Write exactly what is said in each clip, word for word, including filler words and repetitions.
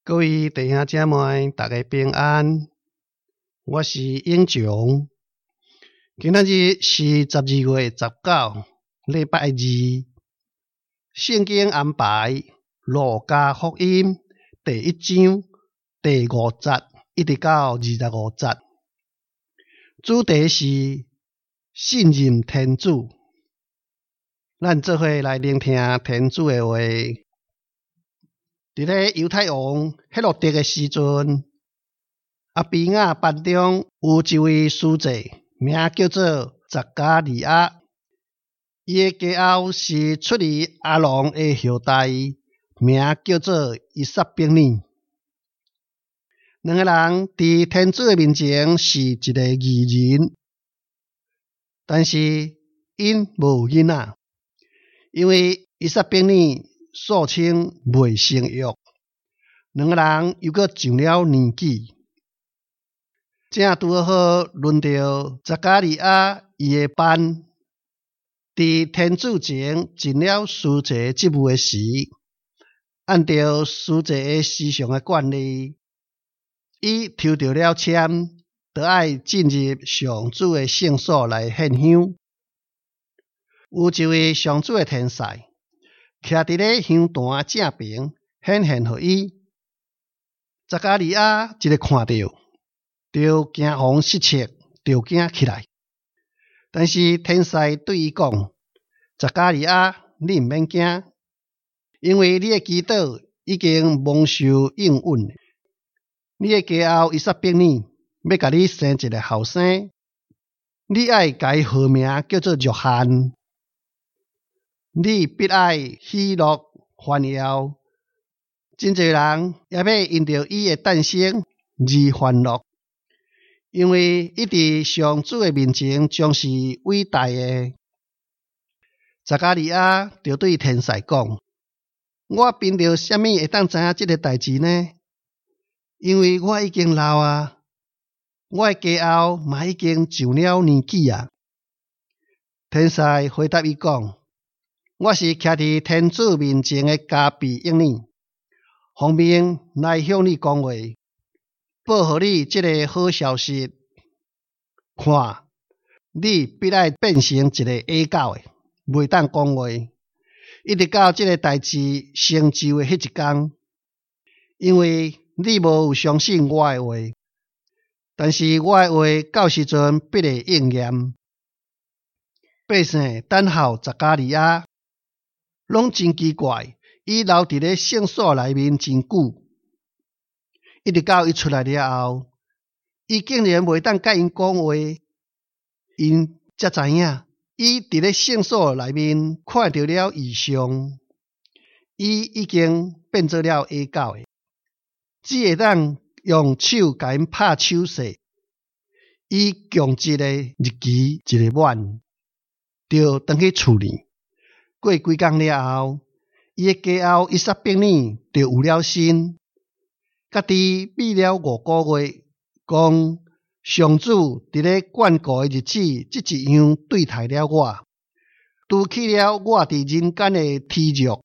各位弟兄姐妹，大家平安。我是英雄。今仔日是十二月十九，礼拜二。圣经安排路加福音第一章第五节一直到二十五节，主题是信任天主。咱做伙来聆听天主的话。伫咧犹太王希罗德的时阵，阿比亚班中有一位司祭，名叫做匝加利亚。伊的家后是出自阿郎的后代，名叫做以撒伯尼。两个人伫天主的面前是一个义人，但是因无囡仔，因为以撒伯尼素称未生育，两个人又搁上了年纪，正拄好轮到匝加利亚伊的班，伫天主前尽了司祭职务的时，按照司祭的时常的惯例，伊抽到了签，就要进入上主的圣所来献香。有一位上主的天使徛伫咧香坛正边，显现互伊。匝加利亚一个看到，就惊惶失色，就惊起来。但是天使对伊讲：匝加利亚，你毋免惊，因为你的祈祷已经蒙受应允。你的家后以撒伯尼要甲你生一个后生，你爱改号名叫做约翰。你必爱喜乐欢耀，真侪人也要因着伊的诞生而欢乐，因为伊伫上主的面前将是伟大的。匝加利亚就对天使讲：我凭着什么会当知影这个代志呢？因为我已经老啊，我的家后嘛已经上了年纪啊。天使回答伊讲：我是徛伫天主面前的加比英尼，奉命来向你讲话，报互你这个好消息。看，你必爱变成一个哑狗的，袂当讲话，一直到这个代志成就的迄一天。因为你无有相信我的话，但是我的话到时阵必会应验。百姓等候匝加利亚，拢真奇怪，伊留伫咧圣所内面真久，一直到伊出来了后，伊竟然袂当甲因讲话，因才知影，伊伫咧圣所内面看到了异象，伊已经变做了哑狗的，只会当用手甲因拍手势。伊强一个日期一个晚，就返去厝里。过几工了后，伊的家后以撒伯尼就有了身，家己秘了五个月，讲上主伫咧眷顾的日子，即一样对待了我，拄起了我伫人间的体弱。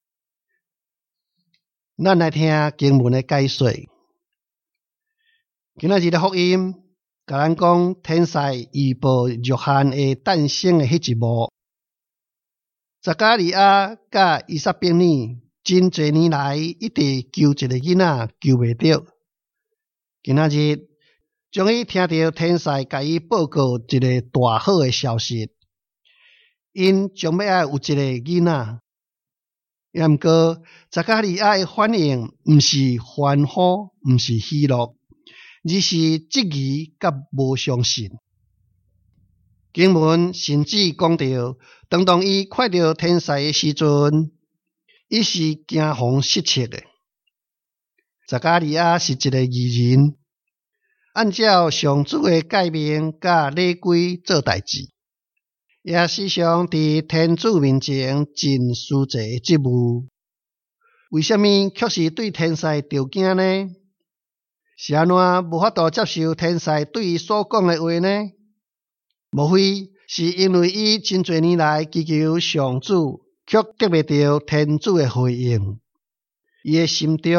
咱来听经文的解说。今仔日的福音，甲咱讲天使预报约翰的诞生的迄一幕。匝加利亚甲以撒伯尼真侪年来一直求一个囡仔，求袂到。今仔日终于听到天使甲伊报告一个大好的消息，因将要爱有一个囡仔。然毋过匝加利亚的反应毋是欢呼，毋是喜乐，而是质疑甲无相信。经文甚至讲到，当当伊看到天使的时阵，伊是惊惶失色的。匝加利亚是一个义人，按照上主的诫命甲礼规做代志，也时常伫天主面前尽司祭职务。为什么却是对天使着惊呢？是安怎无法度接受天使对伊所讲的话呢？莫非是因为伊真侪年来祈求上主，却得袂到天主的回应？伊的心中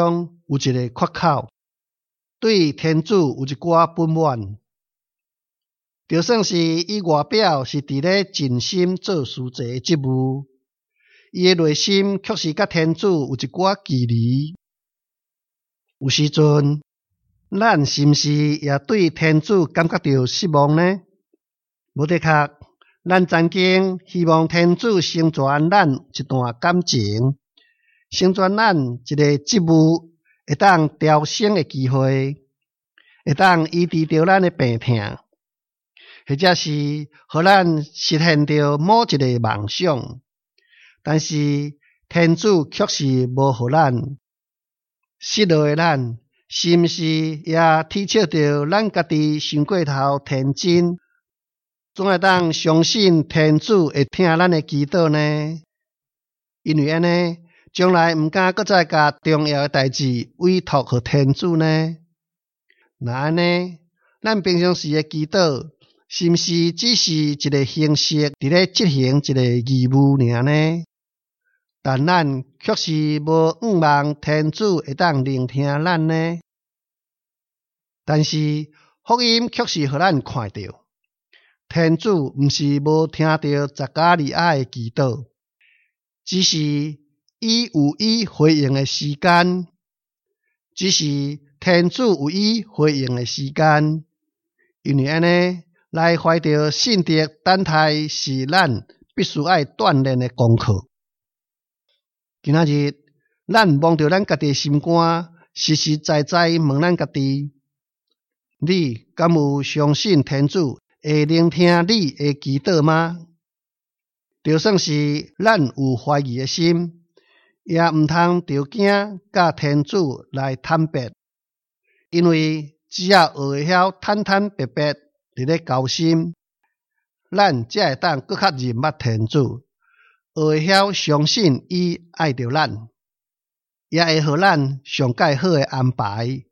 有一个缺口，对天主有一寡不满。就算是伊外表是伫咧尽心做事者的职务，伊的内心却是甲天主有一寡距离。有时阵，咱是毋是也对天主感觉到失望呢？无的确，咱曾经希望天主成全咱一段感情，成全咱一个职务，会当调升的机会，会当医治着咱的病痛，或者是互咱实现着某一个梦想。但是天主却是无互咱，失落的咱，是毋是也体测着咱家己想过头天真？总会当相信天主会听咱的祈祷呢？因为安尼，将来毋敢搁再甲重要的代志委托互天主呢？那安尼，咱平常时的祈祷，是毋是只是一个形式伫咧执行一个义务尔呢？但咱却是无仰望天主会当聆听咱呢？但是福音却是互咱看到，天主毋是无听到匝加利亚的祈祷，只是伊有伊回应的时间，只是天主有伊回应的时间。因为安尼，来怀着信德等待是咱必须爱锻炼的功课。今仔日，咱望着咱家己的心肝，实实在在问咱家己：你敢有相信天主会聆听你的祈祷吗？就算是咱有怀疑的心，也毋通着惊甲天主来坦白，因为只要学会晓坦坦白白伫咧交心，咱才会当搁较认捌天主，学会晓相信伊爱着咱，也会互咱上介好的安排。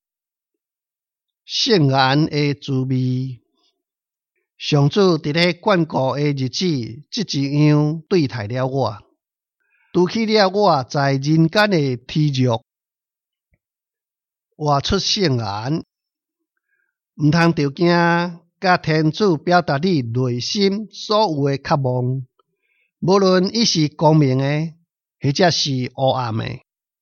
圣言的滋味，上主伫咧眷顾的日子，即一样对待了我，拄起了我在人间的体弱，活出圣言，毋通着惊甲天主表达你内心所有的渴望，无论伊是光明的，或者是黑暗的，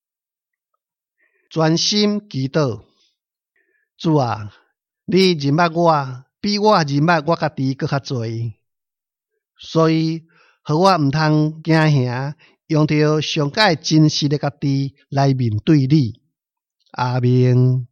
专心祈祷。主啊，你认捌我，比我认捌我家己搁较侪，所以互我毋通惊吓，用着上界真实的家己来面对你。阿明。